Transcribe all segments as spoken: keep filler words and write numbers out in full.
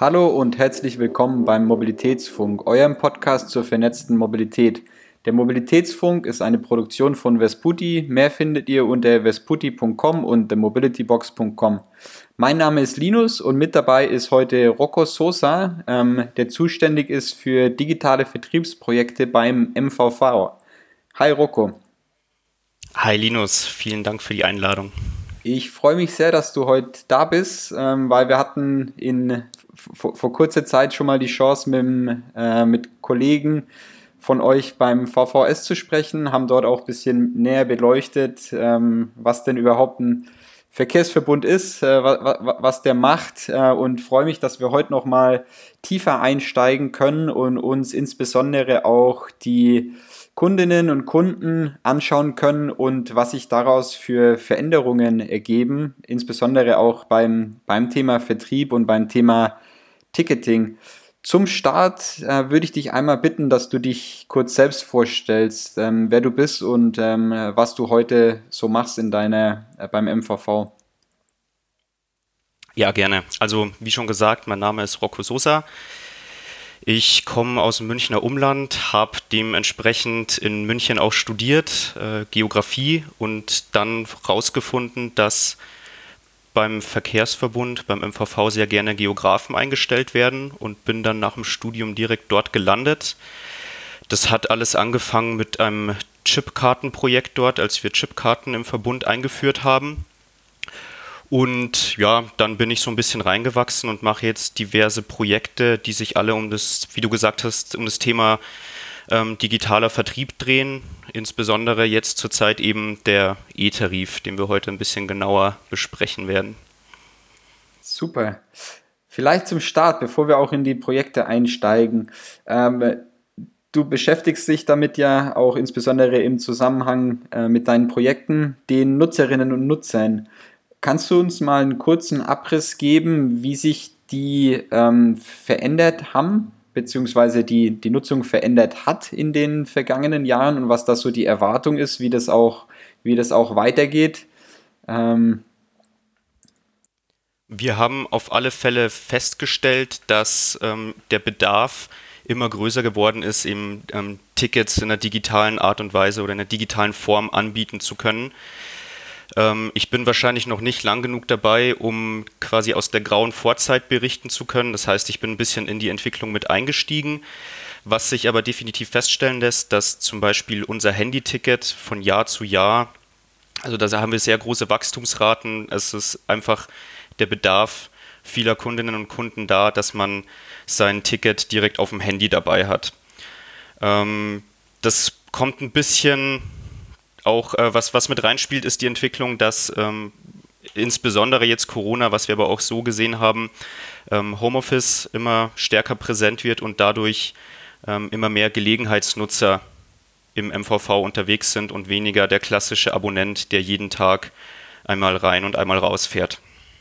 Hallo und herzlich willkommen beim Mobilitätsfunk, eurem Podcast zur vernetzten Mobilität. Der Mobilitätsfunk ist eine Produktion von Vesputi. Mehr findet ihr unter vesputi punkt com und the mobility box punkt com. Mein Name ist Linus und mit dabei ist heute Rocco Sosa, ähm, der zuständig ist für digitale Vertriebsprojekte beim M V V. Hi Rocco. Hi Linus, vielen Dank für die Einladung. Ich freue mich sehr, dass du heute da bist, ähm, weil wir hatten in, vor, vor kurzer Zeit schon mal die Chance, mit, äh, mit Kollegen von euch beim V V S zu sprechen, haben dort auch ein bisschen näher beleuchtet, ähm, was denn überhaupt ein Verkehrsverbund ist, äh, wa, wa, was der macht, äh, und freue mich, dass wir heute noch mal tiefer einsteigen können und uns insbesondere auch die Kundinnen und Kunden anschauen können und was sich daraus für Veränderungen ergeben, insbesondere auch beim, beim Thema Vertrieb und beim Thema Ticketing. Zum Start äh, würde ich dich einmal bitten, dass du dich kurz selbst vorstellst, ähm, wer du bist und ähm, was du heute so machst in deiner, äh, beim M V V. Ja, gerne. Also wie schon gesagt, mein Name ist Rocco Sosa. Ich komme aus dem Münchner Umland, habe dementsprechend in München auch studiert, äh, Geografie, und dann herausgefunden, dass beim Verkehrsverbund, beim M V V, sehr gerne Geografen eingestellt werden, und bin dann nach dem Studium direkt dort gelandet. Das hat alles angefangen mit einem Chipkartenprojekt dort, als wir Chipkarten im Verbund eingeführt haben. Und ja, dann bin ich so ein bisschen reingewachsen und mache jetzt diverse Projekte, die sich alle um das, wie du gesagt hast, um das Thema ähm, digitaler Vertrieb drehen. Insbesondere jetzt zurzeit eben der E-Tarif, den wir heute ein bisschen genauer besprechen werden. Super. Vielleicht zum Start, bevor wir auch in die Projekte einsteigen. Ähm, du beschäftigst dich damit ja auch insbesondere im Zusammenhang äh, mit deinen Projekten, den Nutzerinnen und Nutzern. Kannst du uns mal einen kurzen Abriss geben, wie sich die ähm, verändert haben, beziehungsweise die, die Nutzung verändert hat in den vergangenen Jahren und was da so die Erwartung ist, wie das auch, wie das auch weitergeht? Ähm Wir haben auf alle Fälle festgestellt, dass ähm, der Bedarf immer größer geworden ist, eben ähm, Tickets in einer digitalen Art und Weise oder in einer digitalen Form anbieten zu können. Ähm, ich bin wahrscheinlich noch nicht lang genug dabei, um quasi aus der grauen Vorzeit berichten zu können. Das heißt, ich bin ein bisschen in die Entwicklung mit eingestiegen. Was sich aber definitiv feststellen lässt, dass zum Beispiel unser Handyticket von Jahr zu Jahr, also da haben wir sehr große Wachstumsraten. Es ist einfach der Bedarf vieler Kundinnen und Kunden da, dass man sein Ticket direkt auf dem Handy dabei hat. Ähm, das kommt ein bisschen auch, äh, was, was mit reinspielt, ist die Entwicklung, dass ähm, insbesondere jetzt Corona, was wir aber auch so gesehen haben, ähm, Homeoffice immer stärker präsent wird und dadurch ähm, immer mehr Gelegenheitsnutzer im M V V unterwegs sind und weniger der klassische Abonnent, der jeden Tag einmal rein und einmal raus fährt.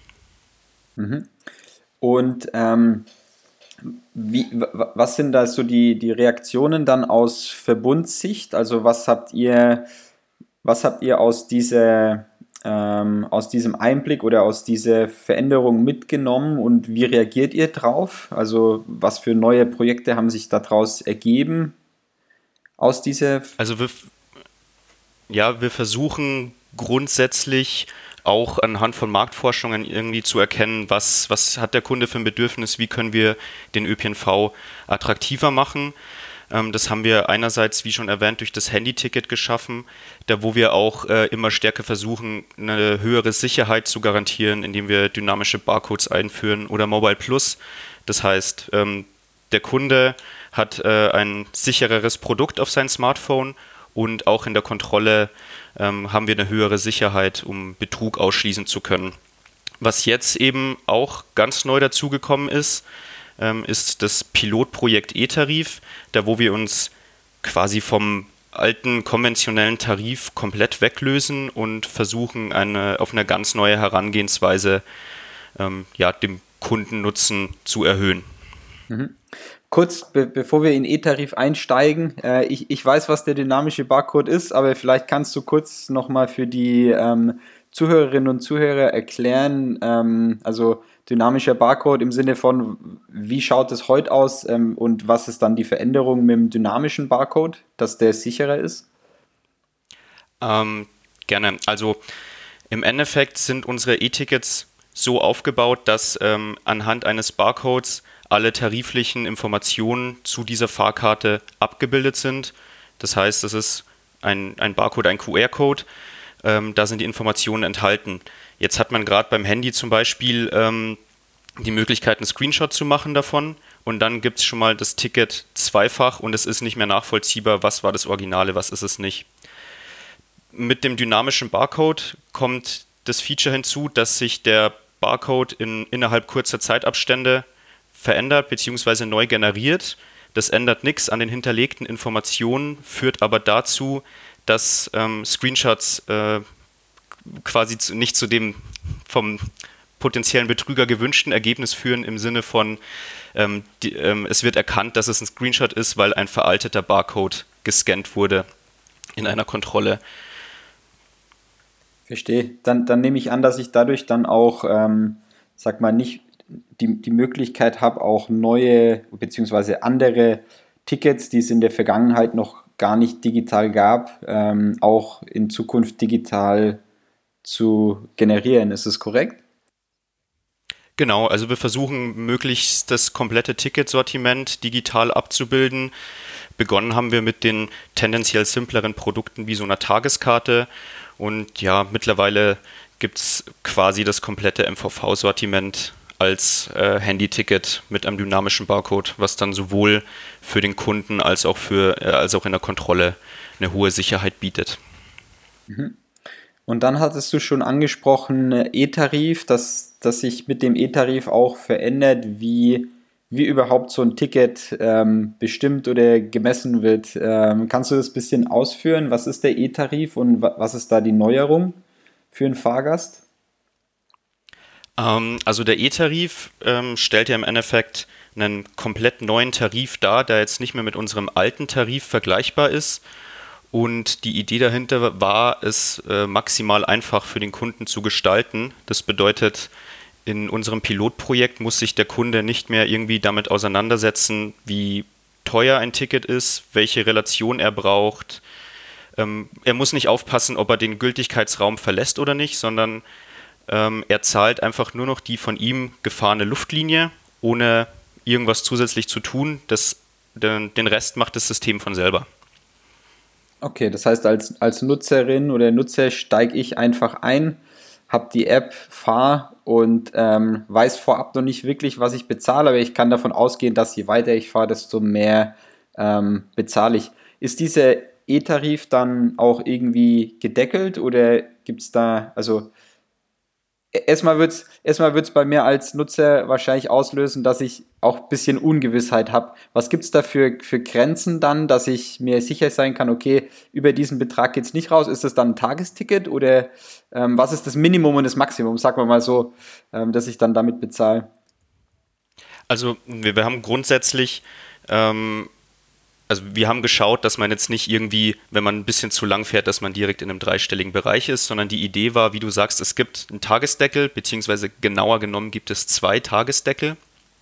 Mhm. Und ähm, wie, was sind da so die, die Reaktionen dann aus Verbundssicht? Also was habt ihr, was habt ihr aus dieser, ähm, aus diesem Einblick oder aus dieser Veränderung mitgenommen und wie reagiert ihr drauf? Also was für neue Projekte haben sich daraus ergeben aus dieser? Also wir, ja, wir versuchen grundsätzlich auch anhand von Marktforschungen irgendwie zu erkennen, was, was hat der Kunde für ein Bedürfnis, wie können wir den Ö P N V attraktiver machen. Ähm, das haben wir einerseits, wie schon erwähnt, durch das Handyticket geschaffen, da wo wir auch äh, immer stärker versuchen, eine höhere Sicherheit zu garantieren, indem wir dynamische Barcodes einführen, oder Mobile Plus. Das heißt, ähm, der Kunde hat äh, ein sichereres Produkt auf sein Smartphone, und auch in der Kontrolle ähm, haben wir eine höhere Sicherheit, um Betrug ausschließen zu können. Was jetzt eben auch ganz neu dazugekommen ist, ähm, ist das Pilotprojekt E-Tarif, da wo wir uns quasi vom alten konventionellen Tarif komplett weglösen und versuchen, eine, auf eine ganz neue Herangehensweise ähm, ja, dem Kundennutzen zu erhöhen. Mhm. Kurz, be bevor wir in E-Tarif einsteigen, äh, ich, ich weiß, was der dynamische Barcode ist, aber vielleicht kannst du kurz nochmal für die ähm, Zuhörerinnen und Zuhörer erklären, ähm, also dynamischer Barcode im Sinne von, wie schaut es heute aus ähm, und was ist dann die Veränderung mit dem dynamischen Barcode, dass der sicherer ist? Ähm, gerne. Also im Endeffekt sind unsere E-Tickets so aufgebaut, dass ähm, anhand eines Barcodes alle tariflichen Informationen zu dieser Fahrkarte abgebildet sind. Das heißt, es ist ein, ein Barcode, ein Q R-Code, ähm, da sind die Informationen enthalten. Jetzt hat man gerade beim Handy zum Beispiel ähm, die Möglichkeit, einen Screenshot zu machen davon und dann gibt es schon mal das Ticket zweifach und es ist nicht mehr nachvollziehbar, was war das Originale, was ist es nicht. Mit dem dynamischen Barcode kommt das Feature hinzu, dass sich der Barcode in, innerhalb kurzer Zeitabstände verändert bzw. neu generiert. Das ändert nichts an den hinterlegten Informationen, führt aber dazu, dass ähm, Screenshots äh, quasi zu, nicht zu dem vom potenziellen Betrüger gewünschten Ergebnis führen, im Sinne von, ähm, die, ähm, es wird erkannt, dass es ein Screenshot ist, weil ein veralteter Barcode gescannt wurde in einer Kontrolle. Verstehe. Dann, dann nehme ich an, dass ich dadurch dann auch, ähm, sag mal, nicht die, die Möglichkeit habe, auch neue bzw. andere Tickets, die es in der Vergangenheit noch gar nicht digital gab, ähm, auch in Zukunft digital zu generieren. Ist es korrekt? Genau, also wir versuchen möglichst das komplette Ticketsortiment digital abzubilden. Begonnen haben wir mit den tendenziell simpleren Produkten wie so einer Tageskarte und ja, mittlerweile gibt es quasi das komplette M V V-Sortiment als äh, Handyticket mit einem dynamischen Barcode, was dann sowohl für den Kunden als auch für äh, als auch in der Kontrolle eine hohe Sicherheit bietet. Mhm. Und dann hattest du schon angesprochen, äh, E-Tarif, dass, dass sich mit dem E-Tarif auch verändert, wie, wie überhaupt so ein Ticket ähm, bestimmt oder gemessen wird. Ähm, kannst du das ein bisschen ausführen? Was ist der E-Tarif und wa was ist da die Neuerung für einen Fahrgast? Ähm, also der E-Tarif ähm, stellt ja im Endeffekt einen komplett neuen Tarif dar, der jetzt nicht mehr mit unserem alten Tarif vergleichbar ist. Und die Idee dahinter war, es äh, maximal einfach für den Kunden zu gestalten. Das bedeutet, in unserem Pilotprojekt muss sich der Kunde nicht mehr irgendwie damit auseinandersetzen, wie teuer ein Ticket ist, welche Relation er braucht. Ähm, er muss nicht aufpassen, ob er den Gültigkeitsraum verlässt oder nicht, sondern ähm, er zahlt einfach nur noch die von ihm gefahrene Luftlinie, ohne irgendwas zusätzlich zu tun. Das, den, den Rest macht das System von selber. Okay, das heißt, als, als Nutzerin oder Nutzer steige ich einfach ein, habe die App, fahre und ähm, weiß vorab noch nicht wirklich, was ich bezahle, aber ich kann davon ausgehen, dass je weiter ich fahre, desto mehr ähm, bezahle ich. Ist dieser E-Tarif dann auch irgendwie gedeckelt oder gibt es da, also erstmal wird es erstmal wird's bei mir als Nutzer wahrscheinlich auslösen, dass ich auch ein bisschen Ungewissheit habe. Was gibt es da für, für Grenzen dann, dass ich mir sicher sein kann, okay, über diesen Betrag geht es nicht raus? Ist das dann ein Tagesticket oder ähm, was ist das Minimum und das Maximum, sagen wir mal so, ähm, dass ich dann damit bezahle? Also wir, wir haben grundsätzlich, ähm, also wir haben geschaut, dass man jetzt nicht irgendwie, wenn man ein bisschen zu lang fährt, dass man direkt in einem dreistelligen Bereich ist, sondern die Idee war, wie du sagst, es gibt einen Tagesdeckel, beziehungsweise genauer genommen gibt es zwei Tagesdeckel.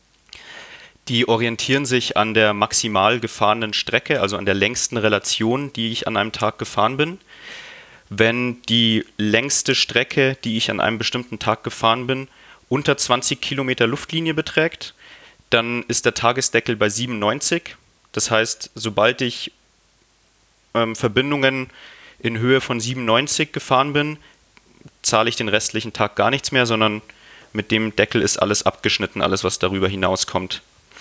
Die orientieren sich an der maximal gefahrenen Strecke, also an der längsten Relation, die ich an einem Tag gefahren bin. Wenn die längste Strecke, die ich an einem bestimmten Tag gefahren bin, unter zwanzig Kilometer Luftlinie beträgt, dann ist der Tagesdeckel bei siebenundneunzig. Das heißt, sobald ich ähm, Verbindungen in Höhe von siebenundneunzig gefahren bin, zahle ich den restlichen Tag gar nichts mehr, sondern mit dem Deckel ist alles abgeschnitten, alles, was darüber hinauskommt.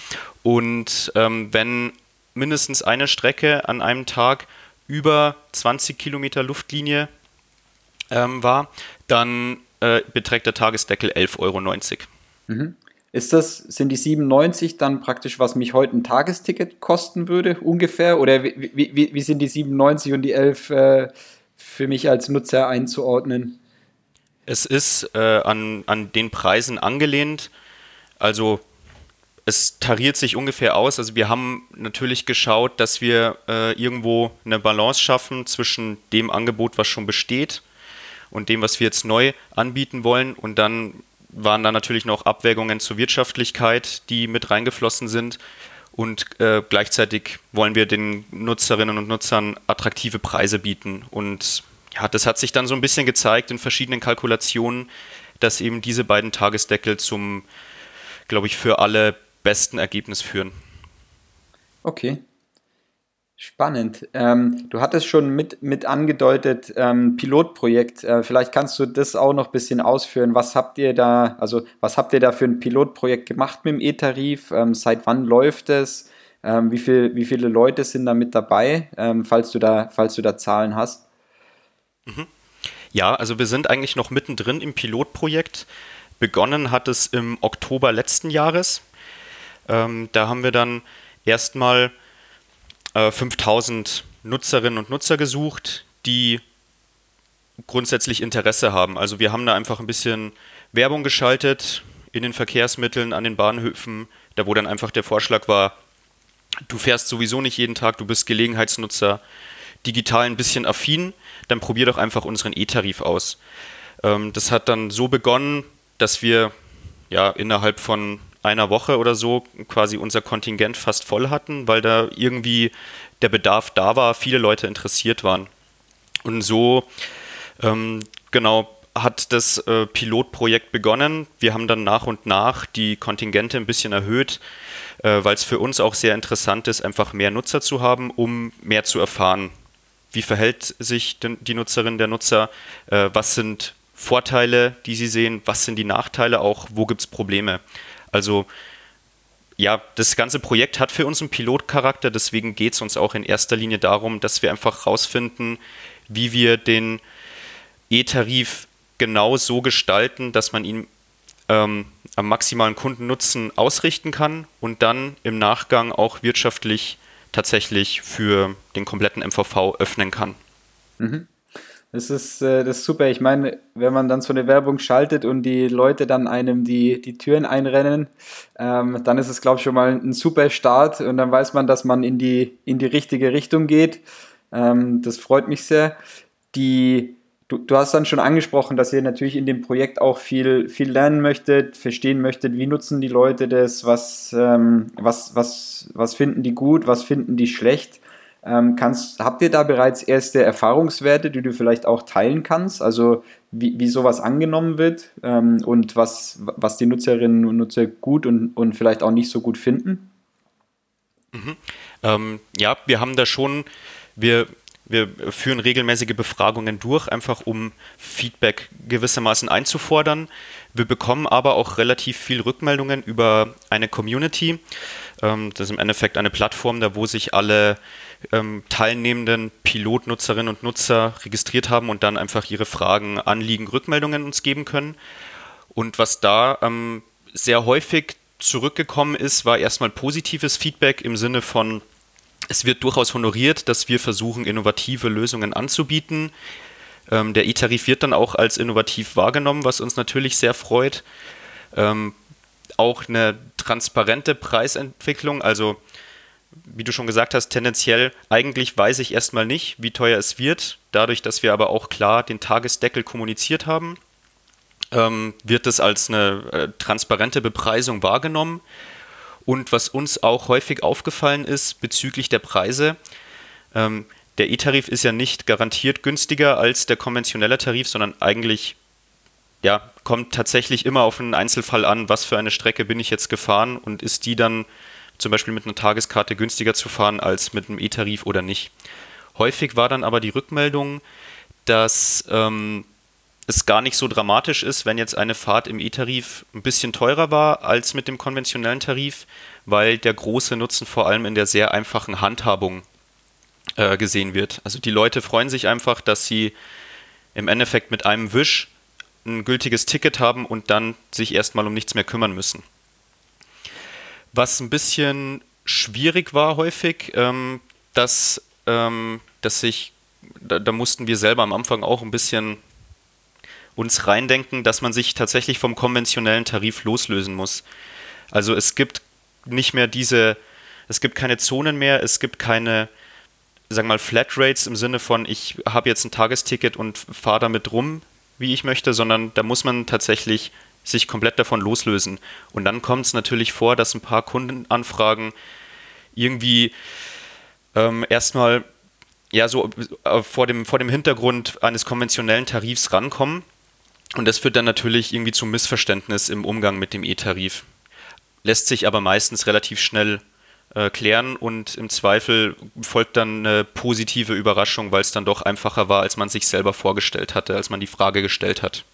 Und ähm, wenn mindestens eine Strecke an einem Tag über zwanzig Kilometer Luftlinie ähm, war, dann äh, beträgt der Tagesdeckel elf Euro neunzig. Mhm. Ist das, sind die siebenundneunzig dann praktisch, was mich heute ein Tagesticket kosten würde, ungefähr? Oder wie, wie, wie sind die siebenundneunzig und die elf äh, für mich als Nutzer einzuordnen? Es ist äh, an, an den Preisen angelehnt, also es tariert sich ungefähr aus. Also wir haben natürlich geschaut, dass wir äh, irgendwo eine Balance schaffen zwischen dem Angebot, was schon besteht, und dem, was wir jetzt neu anbieten wollen. Und dann waren da natürlich noch Abwägungen zur Wirtschaftlichkeit, die mit reingeflossen sind. Und äh, gleichzeitig wollen wir den Nutzerinnen und Nutzern attraktive Preise bieten. Und ja, das hat sich dann so ein bisschen gezeigt in verschiedenen Kalkulationen, dass eben diese beiden Tagesdeckel zum, glaube ich, für alle besten Ergebnis führen. Okay, spannend. Ähm, du hattest schon mit, mit angedeutet, ähm, Pilotprojekt. Äh, vielleicht kannst du das auch noch ein bisschen ausführen. Was habt ihr da, also was habt ihr da für ein Pilotprojekt gemacht mit dem E-Tarif? Ähm, seit wann läuft es? Ähm, wie viel, wie viele Leute sind da mit dabei, ähm, falls du da, falls du da Zahlen hast? Ja, also wir sind eigentlich noch mittendrin im Pilotprojekt. Begonnen hat es im Oktober letzten Jahres. Ähm, da haben wir dann erstmal äh, fünftausend Nutzerinnen und Nutzer gesucht, die grundsätzlich Interesse haben. Also wir haben da einfach ein bisschen Werbung geschaltet in den Verkehrsmitteln, an den Bahnhöfen, da wo dann einfach der Vorschlag war, du fährst sowieso nicht jeden Tag, du bist Gelegenheitsnutzer, digital ein bisschen affin, dann probier doch einfach unseren E-Tarif aus. Ähm, das hat dann so begonnen, dass wir ja innerhalb von einer Woche oder so quasi unser Kontingent fast voll hatten, weil da irgendwie der Bedarf da war, viele Leute interessiert waren. Und so ähm, genau hat das äh, Pilotprojekt begonnen. Wir haben dann nach und nach die Kontingente ein bisschen erhöht, äh, weil es für uns auch sehr interessant ist, einfach mehr Nutzer zu haben, um mehr zu erfahren. Wie verhält sich denn die Nutzerin, der Nutzer? Äh, was sind Vorteile, die sie sehen? Was sind die Nachteile auch? Wo gibt es Probleme? Also ja, das ganze Projekt hat für uns einen Pilotcharakter, deswegen geht es uns auch in erster Linie darum, dass wir einfach herausfinden, wie wir den E-Tarif genau so gestalten, dass man ihn ähm, am maximalen Kundennutzen ausrichten kann und dann im Nachgang auch wirtschaftlich tatsächlich für den kompletten M V V öffnen kann. Mhm. Das ist, äh, das ist super. Ich meine, wenn man dann so eine Werbung schaltet und die Leute dann einem die, die Türen einrennen, ähm, dann ist es, glaube ich, schon mal ein super Start und dann weiß man, dass man in die, in die richtige Richtung geht. Ähm, das freut mich sehr. Die, du, du hast dann schon angesprochen, dass ihr natürlich in dem Projekt auch viel, viel lernen möchtet, verstehen möchtet, wie nutzen die Leute das, was, ähm, was, was, was finden die gut, was finden die schlecht. Ähm, kannst, habt ihr da bereits erste Erfahrungswerte, die du vielleicht auch teilen kannst? Also wie, wie sowas angenommen wird ähm, und was, was die Nutzerinnen und Nutzer gut und, und vielleicht auch nicht so gut finden? Mhm. Ähm, ja, wir haben da schon, wir, wir führen regelmäßige Befragungen durch, einfach um Feedback gewissermaßen einzufordern. Wir bekommen aber auch relativ viel Rückmeldungen über eine Community. Ähm, das ist im Endeffekt eine Plattform, da wo sich alle ähm, teilnehmenden Pilotnutzerinnen und Nutzer registriert haben und dann einfach ihre Fragen, Anliegen, Rückmeldungen uns geben können. Und was da ähm, sehr häufig zurückgekommen ist, war erstmal positives Feedback im Sinne von, es wird durchaus honoriert, dass wir versuchen, innovative Lösungen anzubieten. Ähm, der E-Tarif wird dann auch als innovativ wahrgenommen, was uns natürlich sehr freut. Ähm, auch eine transparente Preisentwicklung, also wie du schon gesagt hast, tendenziell eigentlich weiß ich erstmal nicht, wie teuer es wird. Dadurch, dass wir aber auch klar den Tagesdeckel kommuniziert haben, ähm, wird es als eine äh, transparente Bepreisung wahrgenommen. Und was uns auch häufig aufgefallen ist bezüglich der Preise, ähm, der E-Tarif ist ja nicht garantiert günstiger als der konventionelle Tarif, sondern eigentlich ja, kommt tatsächlich immer auf einen Einzelfall an, was für eine Strecke bin ich jetzt gefahren und ist die dann zum Beispiel mit einer Tageskarte günstiger zu fahren als mit einem E-Tarif oder nicht. Häufig war dann aber die Rückmeldung, dass ähm, es gar nicht so dramatisch ist, wenn jetzt eine Fahrt im E-Tarif ein bisschen teurer war als mit dem konventionellen Tarif, weil der große Nutzen vor allem in der sehr einfachen Handhabung äh, gesehen wird. Also die Leute freuen sich einfach, dass sie im Endeffekt mit einem Wisch ein gültiges Ticket haben und dann sich erstmal um nichts mehr kümmern müssen. Was ein bisschen schwierig war häufig, ähm, dass, ähm, dass sich, da, da mussten wir selber am Anfang auch ein bisschen uns reindenken, dass man sich tatsächlich vom konventionellen Tarif loslösen muss. Also es gibt nicht mehr diese, es gibt keine Zonen mehr, es gibt keine, sagen wir mal, Flatrates im Sinne von, ich habe jetzt ein Tagesticket und fahre damit rum. wie ich möchte, sondern da muss man tatsächlich sich komplett davon loslösen. Und dann kommt es natürlich vor, dass ein paar Kundenanfragen irgendwie ähm, erstmal ja so äh, vor dem, vor dem Hintergrund eines konventionellen Tarifs rankommen. Und das führt dann natürlich irgendwie zum Missverständnis im Umgang mit dem E-Tarif. Lässt sich aber meistens relativ schnell äh, klären und im Zweifel folgt dann eine positive Überraschung, weil es dann doch einfacher war, als man sich selber vorgestellt hatte, als man die Frage gestellt hat.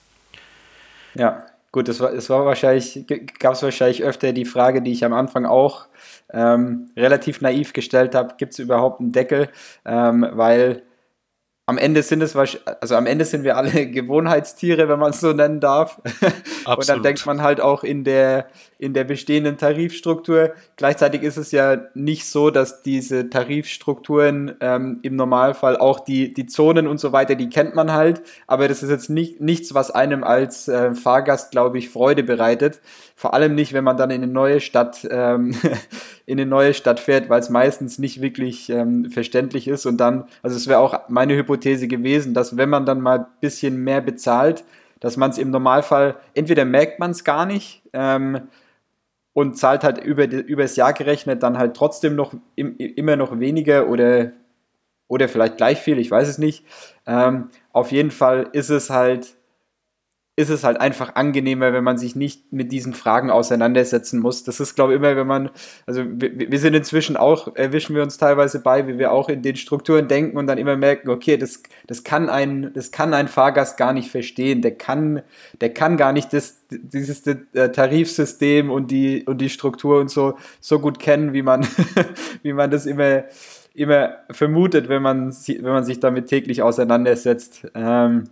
Ja, gut, es war, es war wahrscheinlich, gab es wahrscheinlich öfter die Frage, die ich am Anfang auch ähm, relativ naiv gestellt habe, gibt es überhaupt einen Deckel? Ähm, weil am Ende sind es also am Ende sind wir alle Gewohnheitstiere, wenn man es so nennen darf. Absolut. Und dann denkt man halt auch in der, in der bestehenden Tarifstruktur. Gleichzeitig ist es ja nicht so, dass diese Tarifstrukturen ähm, im Normalfall auch die, die Zonen und so weiter, die kennt man halt. Aber das ist jetzt nicht, nichts, was einem als äh, Fahrgast, glaube ich, Freude bereitet. Vor allem nicht, wenn man dann in eine neue Stadt ähm, in eine neue Stadt fährt, weil es meistens nicht wirklich ähm, verständlich ist. Und dann, also es wäre auch meine Hypothese gewesen, dass wenn man dann mal ein bisschen mehr bezahlt, dass man es im Normalfall, entweder merkt man es gar nicht ähm, und zahlt halt über die, übers Jahr gerechnet dann halt trotzdem noch im, immer noch weniger oder, oder vielleicht gleich viel, ich weiß es nicht. Ähm, auf jeden Fall ist es halt ist es halt einfach angenehmer, wenn man sich nicht mit diesen Fragen auseinandersetzen muss. Das ist, glaube ich, immer, wenn man, also wir, wir sind inzwischen auch, erwischen wir uns teilweise bei, wie wir auch in den Strukturen denken und dann immer merken, okay, das, das kann ein, das kann ein Fahrgast gar nicht verstehen. Der kann, der kann gar nicht das, dieses Tarifsystem und die, und die Struktur und so, so gut kennen, wie man, wie man das immer, immer vermutet, wenn man, wenn man sich damit täglich auseinandersetzt. Ähm,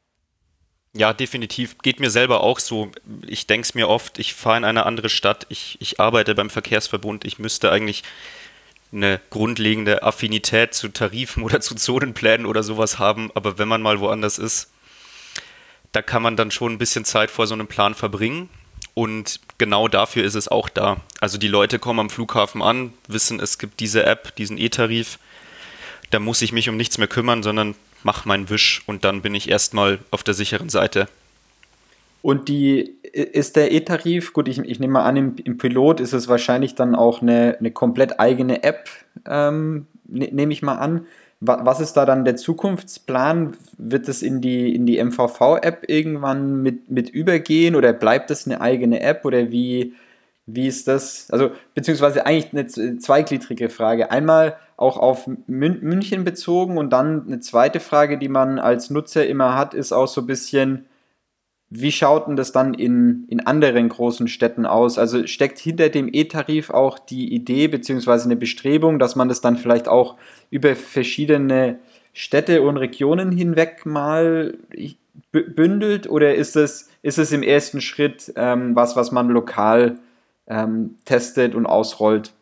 Ja, definitiv. Geht mir selber auch so. Ich denke es mir oft, ich fahre in eine andere Stadt, ich, ich arbeite beim Verkehrsverbund, ich müsste eigentlich eine grundlegende Affinität zu Tarifen oder zu Zonenplänen oder sowas haben, aber wenn man mal woanders ist, da kann man dann schon ein bisschen Zeit vor so einem Plan verbringen und genau dafür ist es auch da. Also die Leute kommen am Flughafen an, wissen, es gibt diese App, diesen E-Tarif, da muss ich mich um nichts mehr kümmern, sondern mach meinen Wisch und dann bin ich erstmal auf der sicheren Seite. Und die ist der E-Tarif, gut, ich, ich nehme mal an, im, im Pilot ist es wahrscheinlich dann auch eine, eine komplett eigene App, ähm, ne, nehme ich mal an. Was ist da dann der Zukunftsplan? Wird es in die, in die M V V-App irgendwann mit, mit übergehen oder bleibt es eine eigene App oder wie, wie ist das? Also, beziehungsweise eigentlich eine zweigliedrige Frage. Einmal auch auf München bezogen und dann eine zweite Frage, die man als Nutzer immer hat, ist auch so ein bisschen, wie schaut denn das dann in, in anderen großen Städten aus? Also steckt hinter dem E-Tarif auch die Idee beziehungsweise eine Bestrebung, dass man das dann vielleicht auch über verschiedene Städte und Regionen hinweg mal bündelt oder ist es, ist es im ersten Schritt ähm, was, was man lokal ähm, testet und ausrollt?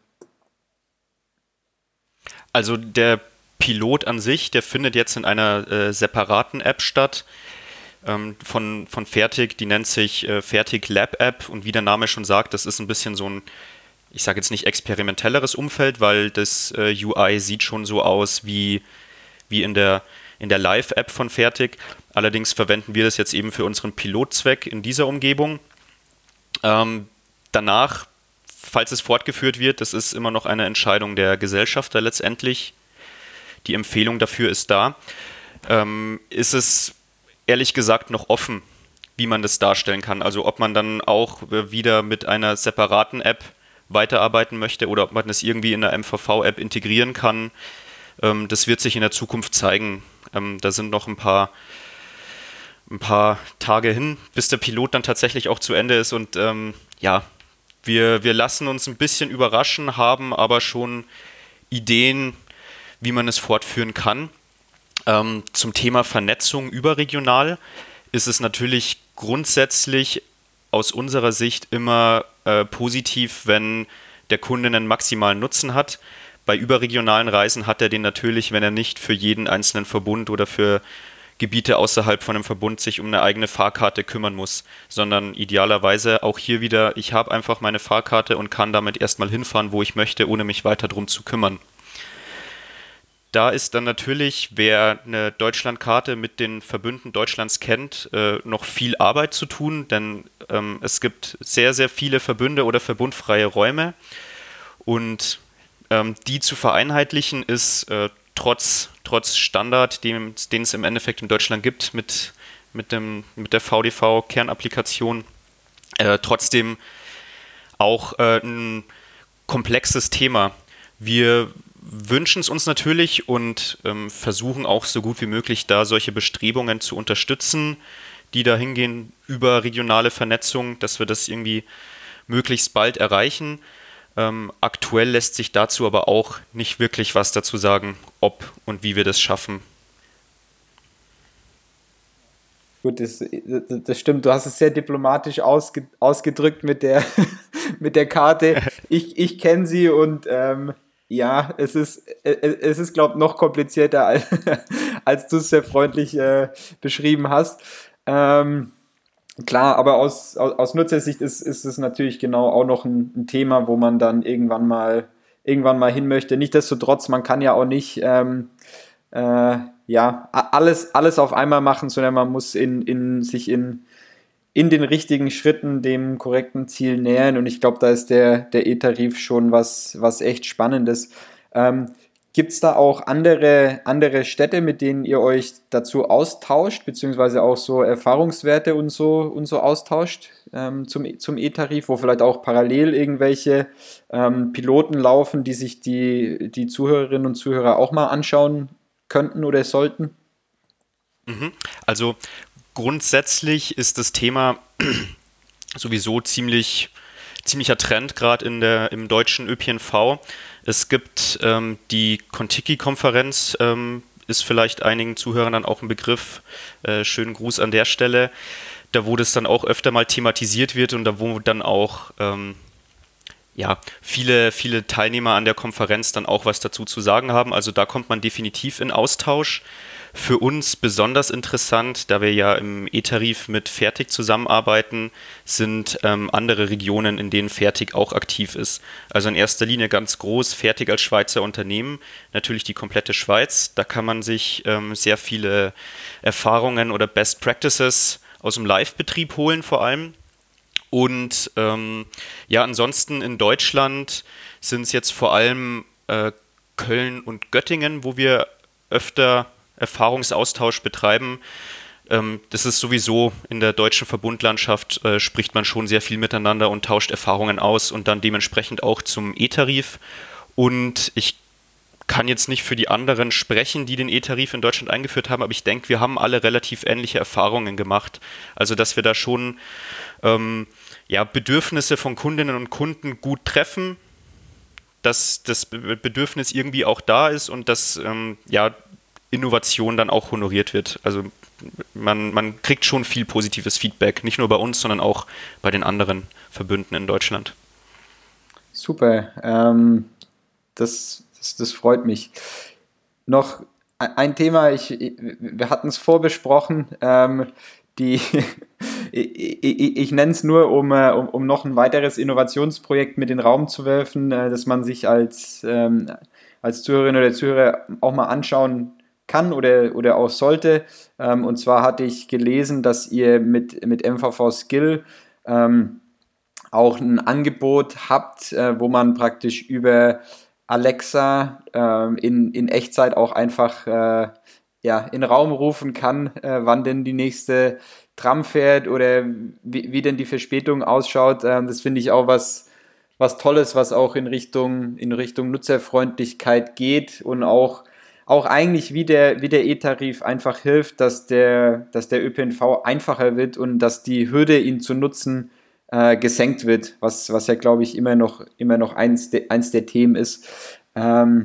Also der Pilot an sich, der findet jetzt in einer äh, separaten App statt ähm, von, von Fertig, die nennt sich äh, Fertig Lab App und wie der Name schon sagt, das ist ein bisschen so ein, ich sage jetzt nicht experimentelleres Umfeld, weil das äh, U I sieht schon so aus wie, wie in der, in der Live-App von Fertig. Allerdings verwenden wir das jetzt eben für unseren Pilotzweck in dieser Umgebung. Ähm, danach, falls es fortgeführt wird, das ist immer noch eine Entscheidung der Gesellschafter letztendlich. Die Empfehlung dafür ist da. Ähm, ist es ehrlich gesagt noch offen, wie man das darstellen kann. Also ob man dann auch wieder mit einer separaten App weiterarbeiten möchte oder ob man das irgendwie in der M V V-App integrieren kann. Ähm, das wird sich in der Zukunft zeigen. Ähm, da sind noch ein paar, ein paar Tage hin, bis der Pilot dann tatsächlich auch zu Ende ist und ähm, ja, Wir, wir lassen uns ein bisschen überraschen, haben aber schon Ideen, wie man es fortführen kann. Ähm, zum Thema Vernetzung überregional ist es natürlich grundsätzlich aus unserer Sicht immer äh, positiv, wenn der Kunde einen maximalen Nutzen hat. Bei überregionalen Reisen hat er den natürlich, wenn er nicht für jeden einzelnen Verbund oder für Gebiete außerhalb von einem Verbund sich um eine eigene Fahrkarte kümmern muss, sondern idealerweise auch hier wieder, ich habe einfach meine Fahrkarte und kann damit erstmal hinfahren, wo ich möchte, ohne mich weiter drum zu kümmern. Da ist dann natürlich, wer eine Deutschlandkarte mit den Verbünden Deutschlands kennt, äh, noch viel Arbeit zu tun, denn ähm, es gibt sehr, sehr viele Verbünde oder verbundfreie Räume und ähm, die zu vereinheitlichen ist äh, trotz, trotz Standard, den, den es im Endeffekt in Deutschland gibt mit, mit, dem, mit der V D V-Kernapplikation, äh, trotzdem auch äh, ein komplexes Thema. Wir wünschen es uns natürlich und ähm, versuchen auch so gut wie möglich da solche Bestrebungen zu unterstützen, die da hingehen über regionale Vernetzung, dass wir das irgendwie möglichst bald erreichen. Ähm, aktuell lässt sich dazu aber auch nicht wirklich was dazu sagen, ob und wie wir das schaffen. Gut, das, das stimmt. Du hast es sehr diplomatisch ausge, ausgedrückt mit der, mit der Karte. Ich, ich kenne sie und ähm, ja, es ist, es ist, glaube ich, noch komplizierter, als, als du es sehr freundlich äh, beschrieben hast. Ähm, klar, aber aus, aus, aus Nutzersicht ist, ist es natürlich genau auch noch ein, ein Thema, wo man dann irgendwann mal, irgendwann mal hin möchte. Nichtsdestotrotz, man kann ja auch nicht ähm, äh, ja, alles, alles auf einmal machen, sondern man muss in, in, sich in, in den richtigen Schritten dem korrekten Ziel nähern und ich glaube, da ist der, der E-Tarif schon was, was echt Spannendes. Ähm, Gibt es da auch andere, andere Städte, mit denen ihr euch dazu austauscht, beziehungsweise auch so Erfahrungswerte und so, und so austauscht ähm, zum, zum E-Tarif, wo vielleicht auch parallel irgendwelche ähm, Piloten laufen, die sich die, die Zuhörerinnen und Zuhörer auch mal anschauen könnten oder sollten? Mhm. Also grundsätzlich ist das Thema sowieso ziemlich, ziemlicher Trend gerade in der im deutschen Ö P N V. Es gibt ähm, die Contiki-Konferenz, ähm, ist vielleicht einigen Zuhörern dann auch ein Begriff. Äh, schönen Gruß an der Stelle. Da wo das dann auch öfter mal thematisiert wird und da wo dann auch ähm, ja, viele, viele Teilnehmer an der Konferenz dann auch was dazu zu sagen haben. Also da kommt man definitiv in Austausch. Für uns besonders interessant, da wir ja im E-Tarif mit Fertig zusammenarbeiten, sind ähm, andere Regionen, in denen Fertig auch aktiv ist. Also in erster Linie ganz groß Fertig als Schweizer Unternehmen, natürlich die komplette Schweiz. Da kann man sich ähm, sehr viele Erfahrungen oder Best Practices aus dem Live-Betrieb holen vor allem. Und ähm, ja, ansonsten in Deutschland sind es jetzt vor allem äh, Köln und Göttingen, wo wir öfter Erfahrungsaustausch betreiben. Ähm, das ist sowieso in der deutschen Verbundlandschaft, äh, spricht man schon sehr viel miteinander und tauscht Erfahrungen aus und dann dementsprechend auch zum E-Tarif. Und ich kann jetzt nicht für die anderen sprechen, die den E-Tarif in Deutschland eingeführt haben, aber ich denke, wir haben alle relativ ähnliche Erfahrungen gemacht. Also, dass wir da schon ähm, ja, Bedürfnisse von Kundinnen und Kunden gut treffen, dass das Bedürfnis irgendwie auch da ist und dass ähm, ja, Innovation dann auch honoriert wird. Also man, man kriegt schon viel positives Feedback, nicht nur bei uns, sondern auch bei den anderen Verbünden in Deutschland. Super, ähm, das, das, das freut mich. Noch ein Thema, ich, wir hatten es vorbesprochen, ähm, die, ich, ich, ich nenne es nur, um, um, um noch ein weiteres Innovationsprojekt mit in den Raum zu werfen, äh, dass man sich als, ähm, als Zuhörerin oder Zuhörer auch mal anschauen kann oder, oder auch sollte. Ähm, und zwar hatte ich gelesen, dass ihr mit, mit M V V Skill ähm, auch ein Angebot habt, äh, wo man praktisch über Alexa äh, in, in Echtzeit auch einfach äh, ja, in den Raum rufen kann, äh, wann denn die nächste Tram fährt oder wie, wie denn die Verspätung ausschaut. Ähm, das finde ich auch was, was Tolles, was auch in Richtung, in Richtung Nutzerfreundlichkeit geht und auch, auch eigentlich wie der, wie der E-Tarif einfach hilft, dass der, dass der Ö P N V einfacher wird und dass die Hürde, ihn zu nutzen, äh, gesenkt wird, was, was ja, glaube ich, immer noch, immer noch eins, de, eins der Themen ist. Ähm,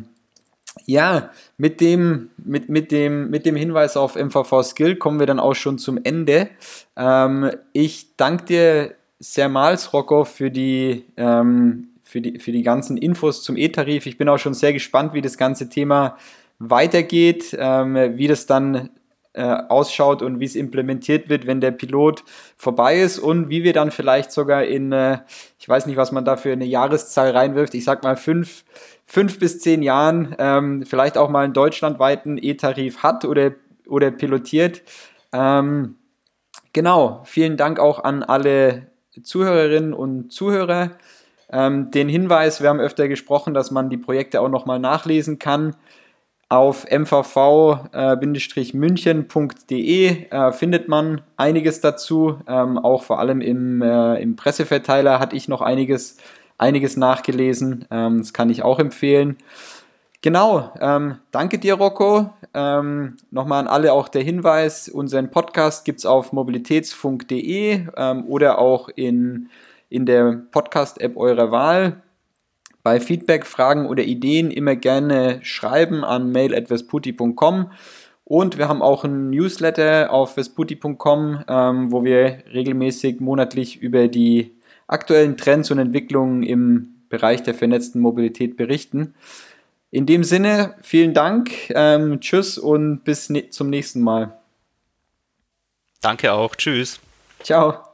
ja, mit dem, mit, mit, dem, mit dem Hinweis auf M V V Skill kommen wir dann auch schon zum Ende. Ähm, ich danke dir sehr, Rocco, für die, ähm, für, die, für die ganzen Infos zum E-Tarif. Ich bin auch schon sehr gespannt, wie das ganze Thema weitergeht, ähm, wie das dann äh, ausschaut und wie es implementiert wird, wenn der Pilot vorbei ist und wie wir dann vielleicht sogar in, äh, ich weiß nicht, was man da für eine Jahreszahl reinwirft, ich sag mal fünf, fünf bis zehn Jahren ähm, vielleicht auch mal einen deutschlandweiten E-Tarif hat oder, oder pilotiert. Ähm, genau, vielen Dank auch an alle Zuhörerinnen und Zuhörer. Ähm, den Hinweis, wir haben öfter gesprochen, dass man die Projekte auch nochmal nachlesen kann. Auf m v v Bindestrich münchen punkt de äh, findet man einiges dazu. Ähm, auch vor allem im, äh, im Presseverteiler hatte ich noch einiges, einiges nachgelesen. Ähm, das kann ich auch empfehlen. Genau, ähm, danke dir, Rocco. Ähm, nochmal an alle auch der Hinweis, unseren Podcast gibt es auf mobilitätsfunk punkt de ähm, oder auch in, in der Podcast-App eurer Wahl. Bei Feedback, Fragen oder Ideen immer gerne schreiben an mail at vesputi punkt com und wir haben auch einen Newsletter auf vesputi punkt com, ähm, wo wir regelmäßig monatlich über die aktuellen Trends und Entwicklungen im Bereich der vernetzten Mobilität berichten. In dem Sinne, vielen Dank, ähm, tschüss und bis ne- zum nächsten Mal. Danke auch, tschüss. Ciao.